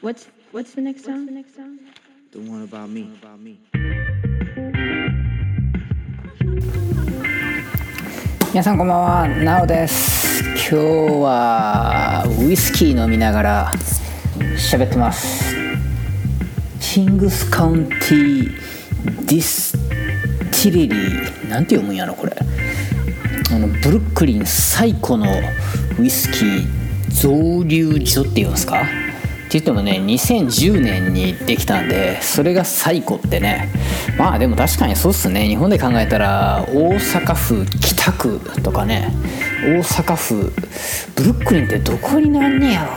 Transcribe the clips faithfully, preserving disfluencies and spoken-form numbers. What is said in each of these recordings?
What's what's the next song? The one about me. 皆さんこんばんは、なおです。今日はウイスキー飲みながら喋ってます。キングスカウンティディスティレリーなんて読むんやろこれ。あのブルックリン最古のウイスキー蒸留所っていうんですかって言ってもね、にせんじゅうねんにできたんで、それが最古ってね、まあでも確かにそうっすね。日本で考えたら大阪府北区とかね、大阪府ブルックリンってどこになんねやろう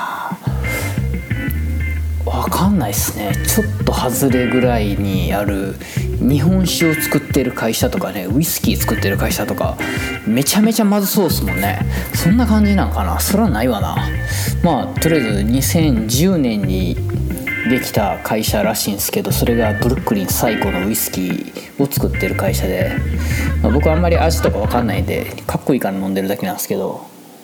な、わかんないっすね。ちょっと外れぐらいにある日本酒を作ってる会社とかね、ウイスキー作ってる会社とかめちゃめちゃまずそうっすもんね。そんな感じなんかな。それはないわな。まあとりあえずにせんじゅうねんにできた会社らしいんですけど、それがブルックリン最古のウイスキーを作ってる会社で、まあ、僕はあんまり味とか分かんないんでかっこいいから飲んでるだけなんですけど、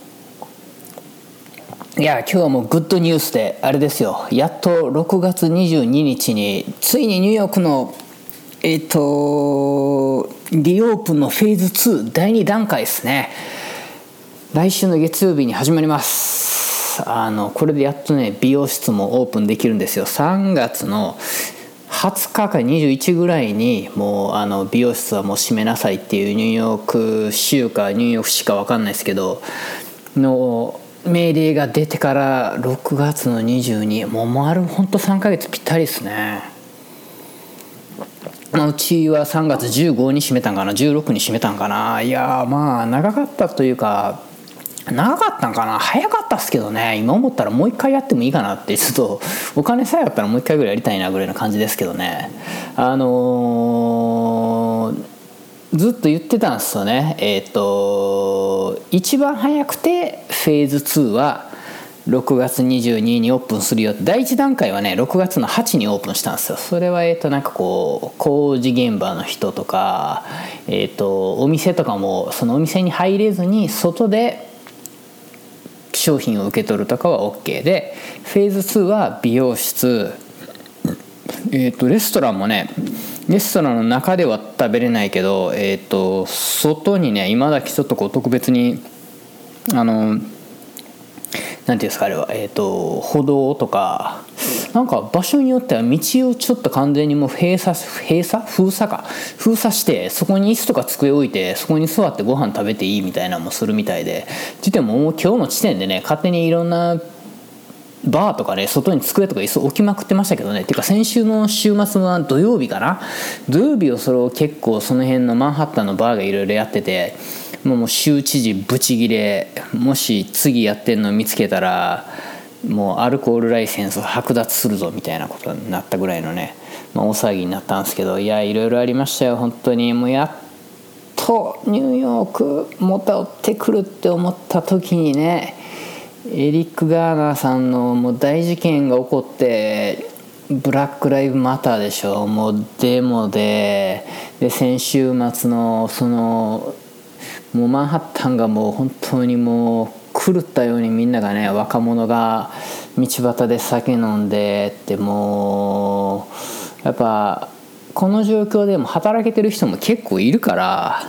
いや今日はもうグッドニュースであれですよ。やっとろくがつにじゅうににちについにニューヨークのえっとリオープンのフェーズツーだいに段階ですね。来週の月曜日に始まります。あのこれでやっとね美容室もオープンできるんですよ。さんがつのはつかかにじゅういちぐらいにもうあの美容室はもう閉めなさいっていうニューヨーク州かニューヨーク市か分かんないですけどの命令が出てからろくがつのにじゅうに、もう丸ほんとさんかげつぴったりですね。うちはさんがつじゅうごに閉めたんかな、じゅうろくに閉めたんかな。いやまあ長かったというか、長かったんかな、早かったっすけどね。今思ったらもう一回やってもいいかなって、ちょっとお金さえあったらもう一回ぐらいやりたいなぐらいな感じですけどね。あのー、ずっと言ってたんですよね。えっと一番早くてフェーズツーはろくがつにじゅうににちにオープンするよって。だいいち段階はねろくがつのはちにオープンしたんですよ。それはえっとなんかこう工事現場の人とか、えっとお店とかもそのお店に入れずに外で商品を受け取るとかは OK で、フェーズツーは美容室、えっとレストランもね、レストランの中では食べれないけど、えっと外にね今だけちょっとこう特別にあのなんていうんですかあれは、えーと、歩道とかなんか場所によっては道をちょっと完全にもう閉鎖閉鎖封鎖か封鎖して、そこに椅子とか机置いてそこに座ってご飯食べていいみたいなのもするみたいで、実はもう今日の時点でね勝手にいろんなバーとかね外に机とか椅子置きまくってましたけどね。てか先週の週末は土曜日かな、土曜日をそれを結構その辺のマンハッタンのバーがいろいろやってて、もう州知事ブチギレ、もし次やってんの見つけたらもうアルコールライセンス剥奪するぞみたいなことになったぐらいのね、まあ、大騒ぎになったんですけど、いやいろいろありましたよ本当に。もうやっとニューヨーク戻ってくるって思った時にね、エリック・ガーナーさんのもう大事件が起こって、ブラックライブマターでしょ、もうデモで、で先週末のそのもうマンハッタンがもう本当にもう狂ったようにみんながね、若者が道端で酒飲んでって、もうやっぱこの状況でも働けてる人も結構いるから、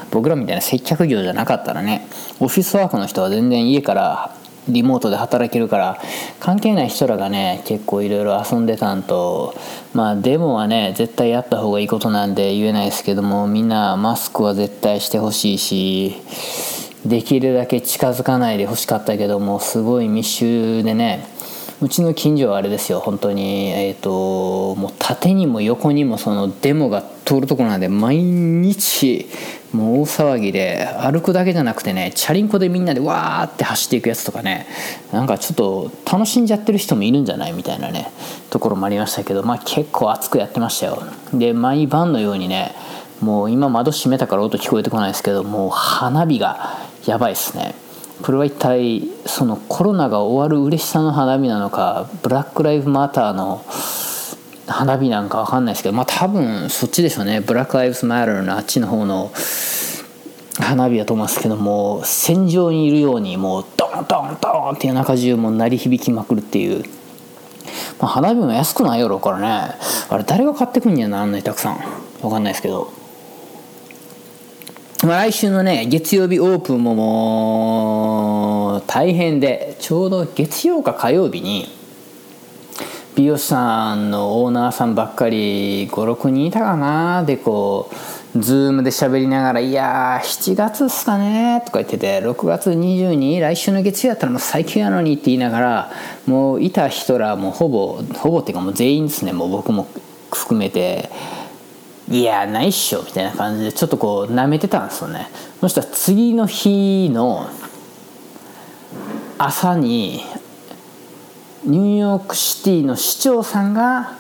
僕らみたいな接客業じゃなかったらね、オフィスワークの人は全然家からリモートで働けるから関係ない人らがね結構いろいろ遊んでたんと、まあデモはね絶対やった方がいいことなんで言えないですけども、みんなマスクは絶対してほしいし、できるだけ近づかないでほしかったけども、すごい密集でね、うちの近所はあれですよ本当に、えーともう縦にも横にもそのデモが通るところなんで、毎日もう大騒ぎで、歩くだけじゃなくてねチャリンコでみんなでわーって走っていくやつとかね、なんかちょっと楽しんじゃってる人もいるんじゃないみたいなねところもありましたけど、まあ結構熱くやってましたよ。で毎晩のようにね、もう今窓閉めたから音聞こえてこないですけど、もう花火がやばいですね。これは一体そのコロナが終わる嬉しさの花火なのか、ブラックライブマターの花火なんか分かんないですけど、まあ多分そっちでしょうね。ブラックライブズマターのあっちの方の花火だと思いますけども、戦場にいるようにもうドンドンドンって夜中中も鳴り響きまくるっていう、 まあ、花火も安くないやろうからね。あれ誰が買ってくんやな、あんなにたくさん。分かんないですけど、まあ、来週のね月曜日オープンももう大変で、ちょうど月曜か火曜日に美容師さんのオーナーさんばっかりごろくにんいたかな。でこうズームで喋りながら、いやーしちがつっすかねとか言ってて、ろくがつにじゅうに来週の月曜やったらもう最強やのにって言いながら、もういた人らもうほぼほぼっていうかもう全員ですね、もう僕も含めて、いやないっしょみたいな感じでちょっとこう舐めてたんですよね。そしたら次の日の朝にニューヨークシティの市長さんが、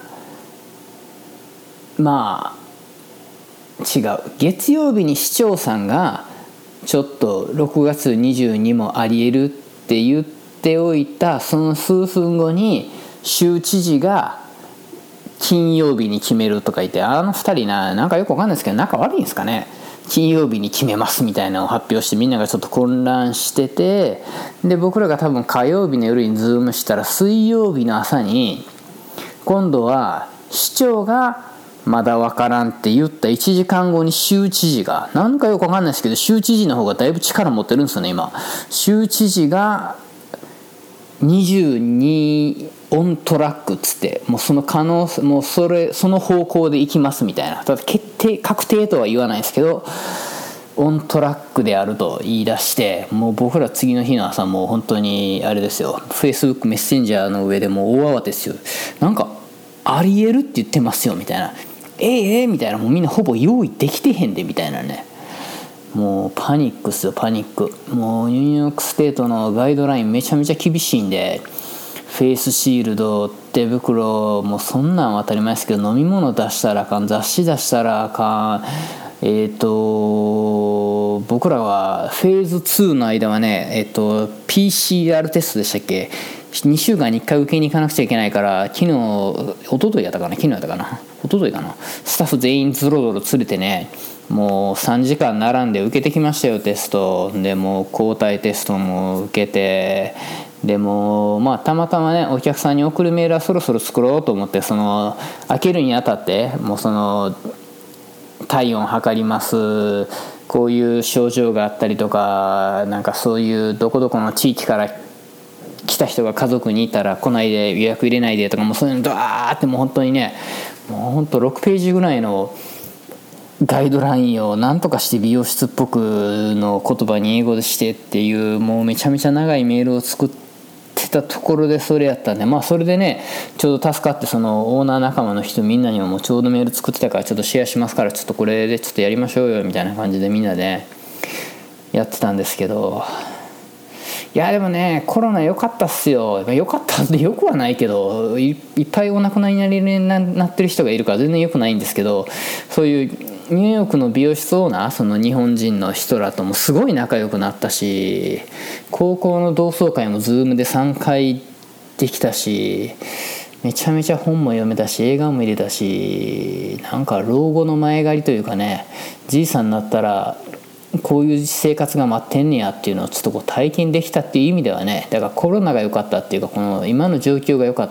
まあ違う、月曜日に市長さんがちょっとろくがつにじゅうにもありえるって言っておいたその数分後に州知事が金曜日に決めるとか言って、あのふたりな、なんかよくわかんないですけど仲悪いんですかね。金曜日に決めますみたいなのを発表して、みんながちょっと混乱してて、で僕らが多分火曜日の夜にズームしたら水曜日の朝に今度は市長がまだわからんって言ったいちじかんごに州知事が、なんかよくわかんないですけど州知事の方がだいぶ力持ってるんですよね今。州知事がにじゅうにオントラックっつって、もうその可能性、もうそれその方向で行きますみたいな、ただ決定確定とは言わないですけどオントラックであると言い出して、もう僕ら次の日の朝もう本当にあれですよ、フェイスブックメッセンジャーの上でもう大慌てですよ。なんかありえるって言ってますよみたいな、ええええみたいな、もうみんなほぼ用意できてへんでみたいなね。もうパニックっすよパニック。もうニューヨークステートのガイドラインめちゃめちゃ厳しいんで、フェイスシールド、手袋もそんなんは当たり前ですけど、飲み物出したらあかん、雑誌出したらあかん、えっと僕らはフェーズツーの間はね、えっと ピーシーアール テストでしたっけ、にしゅうかんにいっかい受けに行かなくちゃいけないから、昨日一昨日やったかな昨日やったかな一昨日かな、スタッフ全員ゾロゾロ連れてね、もうさんじかん並んで受けてきましたよテストで。もう交代テストも受けて、でもまあたまたまねお客さんに送るメールはそろそろ作ろうと思って、その開けるにあたってもうその体温測ります、こういう症状があったりとか、なんかそういうどこどこの地域から来た人が家族にいたら来ないで、予約入れないでとか、もうそういうのドワーってもう本当にね、もう本当ろくページぐらいのガイドラインをなんとかして美容室っぽくの言葉に英語でしてっていう、もうめちゃめちゃ長いメールを作ってたところでそれやったんで、まあそれでねちょうど助かって、そのオーナー仲間の人みんなにももうちょうどメール作ってたから、ちょっとシェアしますからちょっとこれでちょっとやりましょうよみたいな感じでみんなでやってたんですけど、いやでもねコロナ良かったっすよ。良かったってよくはないけど、 い, いっぱいお亡くなりになってる人がいるから全然良くないんですけど、そういうニューヨークの美容室オーナー、その日本人の人らともすごい仲良くなったし、高校の同窓会も Zoom でさんかいできたし、めちゃめちゃ本も読めたし映画も入れたし、なんか老後の前借りというかね、じいさんになったらこういう生活が待ってんねやっていうのをちょっとこう体験できたっていう意味ではね、だからコロナが良かったっていうか、この今の状況が良かった、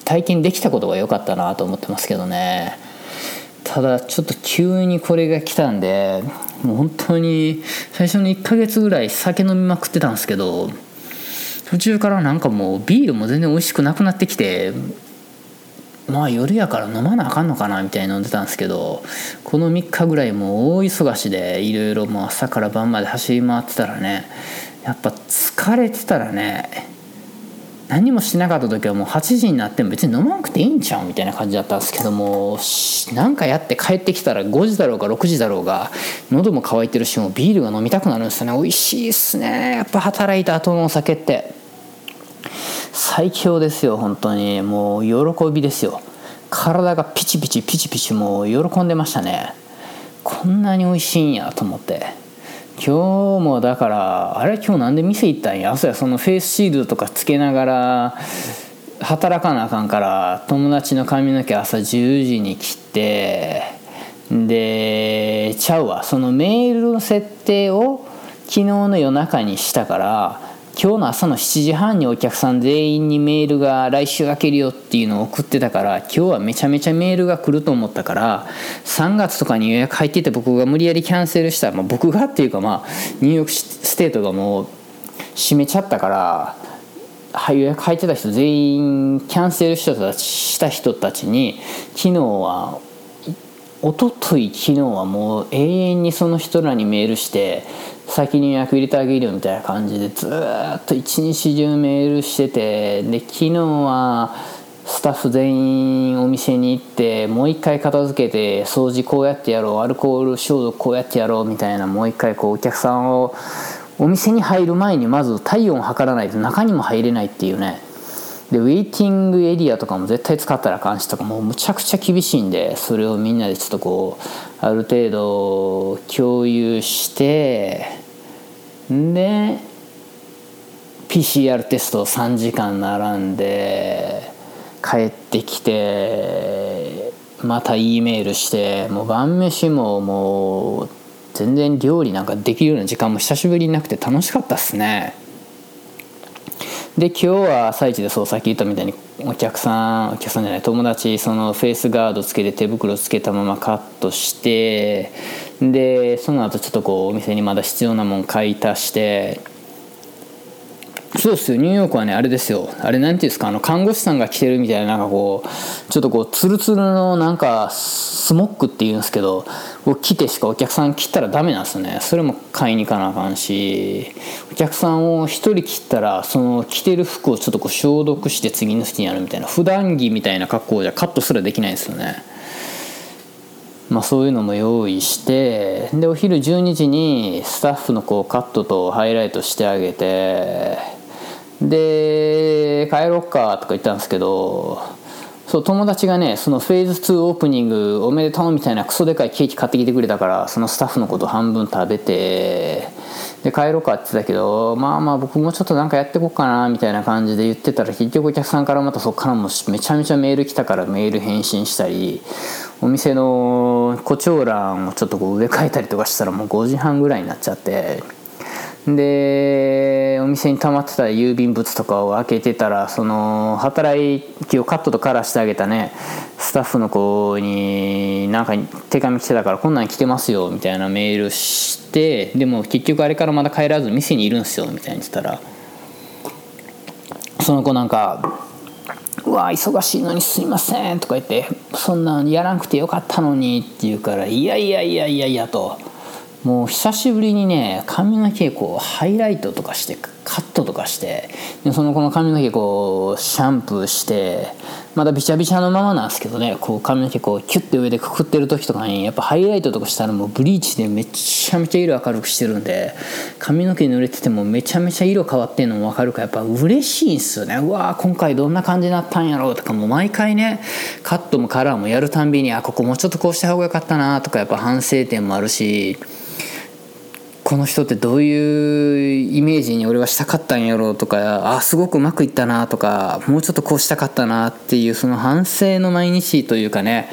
体験できたことが良かったなと思ってますけどね。ただちょっと急にこれが来たんで、もう本当に最初のいっかげつぐらい酒飲みまくってたんですけど、途中からなんかもうビールも全然美味しくなくなってきて、まあ夜やから飲まなあかんのかなみたいに飲んでたんですけど、このみっかぐらいもう大忙しでいろいろもう朝から晩まで走り回ってたらね、やっぱ疲れてたらね、何もしなかった時はもうはちじになっても別に飲まなくていいんちゃうみたいな感じだったんですけども、なんかやって帰ってきたらごじだろうがろくじだろうが喉も渇いてるし、もうビールが飲みたくなるんですよね。美味しいっすねやっぱ働いた後のお酒って最強ですよ本当に。もう喜びですよ。体がピチピチピチピチもう喜んでましたね。こんなに美味しいんやと思って。今日もだからあれ今日なんで店行ったんや、そうやそのフェイスシールドとかつけながら働かなあかんから、友達の髪の毛朝じゅうじに切って、でちゃうわそのメールの設定を昨日の夜中にしたから、 今日の朝のしちじはんにお客さん全員にメールが来週開けるよっていうのを送ってたから、今日はめちゃめちゃメールが来ると思ったから、さんがつとかに予約入ってて僕が無理やりキャンセルしたら、まあ、僕がっていうかまあニューヨークステートがもう閉めちゃったから、予約入ってた人全員キャンセルした人した人たちに、昨日はおととい昨日はもう永遠にその人らにメールして先に予約入れてあげるよみたいな感じでずっと一日中メールしてて、で昨日はスタッフ全員お店に行ってもう一回片付けて掃除こうやってやろう、アルコール消毒こうやってやろうみたいな、もう一回こうお客さんをお店に入る前にまず体温を測らないと中にも入れないっていうね。でウェイティングエリアとかも絶対使ったらあかんしとか、もうむちゃくちゃ厳しいんで、それをみんなでちょっとこうある程度共有して、で ピーシーアール テストをさんじかん並んで帰ってきて、また E メールして、もう晩飯ももう全然料理なんかできるような時間も久しぶりになくて楽しかったっすね。で今日は朝一でそうさっき言ったみたいにお客さんお客さんじゃない友達そのフェイスガードつけて手袋つけたままカットして、でその後ちょっとこうお店にまだ必要なもん買い足して、そうですよニューヨークはねあれですよ、あれなんていうんですか、あの看護師さんが着てるみたいな、なんかこうちょっとこうツルツルのなんかスモックっていうんですけどを着てしかお客さん切ったらダメなんですよね。それも買いに行かなあかんし、お客さんを一人切ったらその着てる服をちょっとこう消毒して次の人にやるみたいな、普段着みたいな格好じゃカットすらできないんですよね。まあ、そういうのも用意して、でお昼じゅうにじにスタッフのこうカットとハイライトしてあげて、で帰ろっかとか言ったんですけど、そう友達がねそのフェーズツーオープニングおめでとうみたいなクソでかいケーキ買ってきてくれたから、そのスタッフのこと半分食べて、で帰ろうかって言ってたけど、まあまあ僕もちょっとなんかやってこっかなみたいな感じで言ってたら、結局お客さんからまたそっからもめちゃめちゃメール来たからメール返信したり、お店の胡蝶蘭をちょっとこう植え替えたりとかしたらもうごじはんぐらいになっちゃって、でお店に溜まってた郵便物とかを開けてたら、その働きをカットとカラーしてあげたねスタッフの子になんか手紙来てたから、こんなん来てますよみたいなメールして、でも結局あれからまだ帰らず店にいるんすよみたいに言ってたら、その子なんかうわ忙しいのにすいませんとか言って、そんなんやらなくてよかったのにって言うから、いやいやいやいやいやと、もう久しぶりにね髪の毛こうハイライトとかしてカットとかして、でその子の髪の毛こうシャンプーして、まだびちゃびちゃのままなんですけどね、こう髪の毛こうキュッて上でくくってる時とかにやっぱハイライトとかしたらもうブリーチでめちゃめちゃ色明るくしてるんで、髪の毛濡れててもめちゃめちゃ色変わってんのも分かるから、やっぱ嬉しいんですよね。うわー今回どんな感じになったんやろうとか、もう毎回ねカットもカラーもやるたんびに、あここもうちょっとこうした方がよかったなとか、やっぱ反省点もあるし、この人ってどういうイメージに俺はしたかったんやろうとか、あすごくうまくいったなとか、もうちょっとこうしたかったなっていう、その反省の毎日というかね、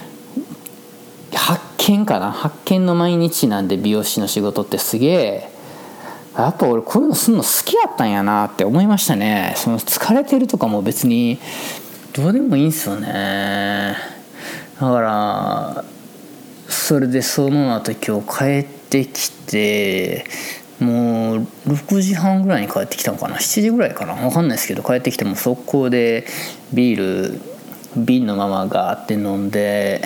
発見かな発見の毎日なんで、美容師の仕事ってすげえやっぱ俺こういうのすんの好きやったんやなって思いましたね。その疲れてるとかも別にどうでもいいんすよね。だからそれでその後今日帰ってきて、もうろくじはんぐらいに帰ってきたのかな、しちじぐらいかな、分かんないですけど帰ってきても速攻でビール瓶のままガーって飲んで、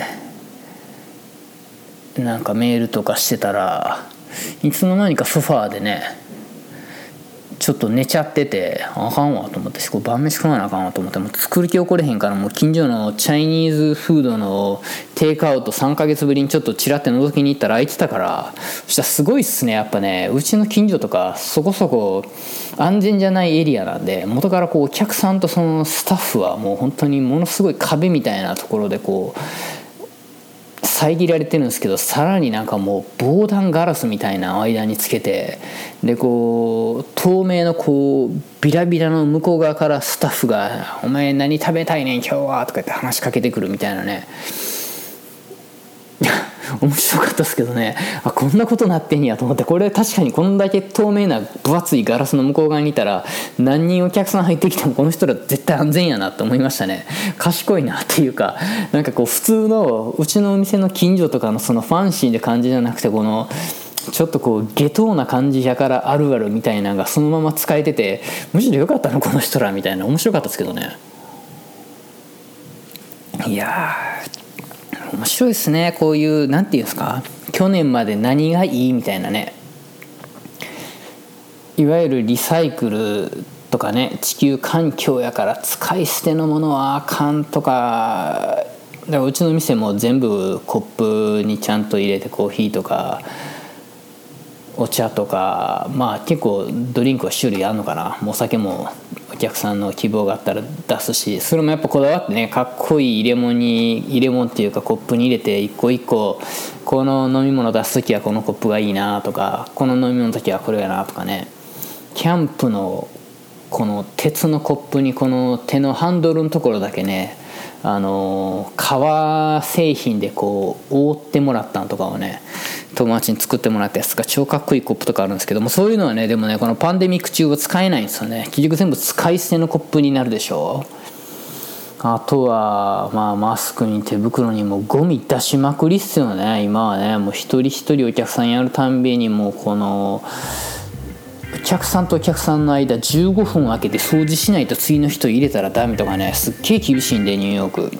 なんかメールとかしてたらいつの間にかソファーでねちょっと寝ちゃってて、あかんわと思って、これ晩飯食わなあかんわと思って、もう作る気起これへんから、もう近所のチャイニーズフードのテイクアウトさんかげつぶりにちょっとチラって覗きに行ったら空いてたから、そしたらすごいっすね。やっぱねうちの近所とかそこそこ安全じゃないエリアなんで、元からこうお客さんとそのスタッフはもう本当にものすごい壁みたいなところでこう遮られてるんですけど、さらになんかもう防弾ガラスみたいな間につけて、でこう透明のこうビラビラの向こう側からスタッフが「お前何食べたいねん今日は」とか言って話しかけてくるみたいなね面白かったですけどね、あこんなことなってんやと思って、これ確かにこんだけ透明な分厚いガラスの向こう側にいたら何人お客さん入ってきてもこの人ら絶対安全やなと思いましたね。賢いなっていうか、なんかこう普通のうちのお店の近所とかのそのファンシーな感じじゃなくて、このちょっとこう下等な感じやからあるあるみたいなのがそのまま使えてて、むしろ良かったのこの人らみたいな、面白かったですけどね。いやー面白いですね、こういうなんていうんですか、去年まで何がいいみたいなね、いわゆるリサイクルとかね、地球環境やから使い捨てのものはあかんとか、だからうちの店も全部コップにちゃんと入れてコーヒーとかお茶とか、まあ結構ドリンクは種類あるのかな、もうお酒もお客さんの希望があったら出すし、それもやっぱこだわってね、かっこいい入れ物に入れ物っていうかコップに入れて一個一個、この飲み物出す時はこのコップがいいなとか、この飲み物の時はこれやなとかね、キャンプのこの鉄のコップにこの手のハンドルのところだけね、あの革製品でこう覆ってもらったのとかをね、友達に作ってもらったやつが超かっこいいコップとかあるんですけども、そういうのはね、でもねこのパンデミック中は使えないんですよね。結局全部使い捨てのコップになるでしょ。あとはまあマスクに手袋にもゴミ出しまくりっすよね今はね。もう一人一人お客さんやるたんびにもうこのお客さんとお客さんの間じゅうごふん空けて掃除しないと次の人入れたらダメとかね、すっげえ厳しいんでニューヨーク。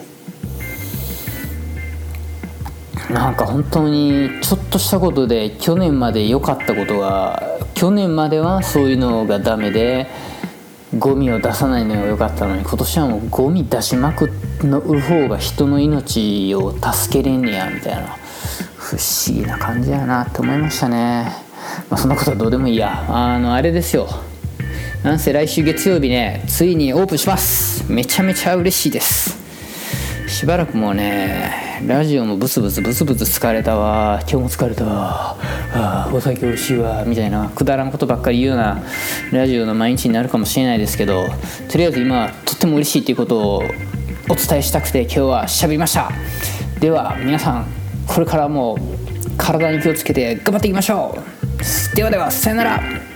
なんか本当にちょっとしたことで去年まで良かったことが、去年まではそういうのがダメでゴミを出さないのが良かったのに、今年はもうゴミ出しまくる方が人の命を助けれんねやみたいな、不思議な感じやなって思いましたね。まあ、そんなことはどうでもいいや。あのあれですよ、なんせ来週月曜日ねついにオープンします。めちゃめちゃ嬉しいです。しばらくもうねラジオもブツブツブツブツ疲れたわ、今日も疲れたわ、あお酒美味しいわみたいなくだらんことばっかり言うようなラジオの毎日になるかもしれないですけど、とりあえず今とっても嬉しいっていうことをお伝えしたくて今日は喋りました。では皆さんこれからも体に気をつけて頑張っていきましょう。ではではさよなら。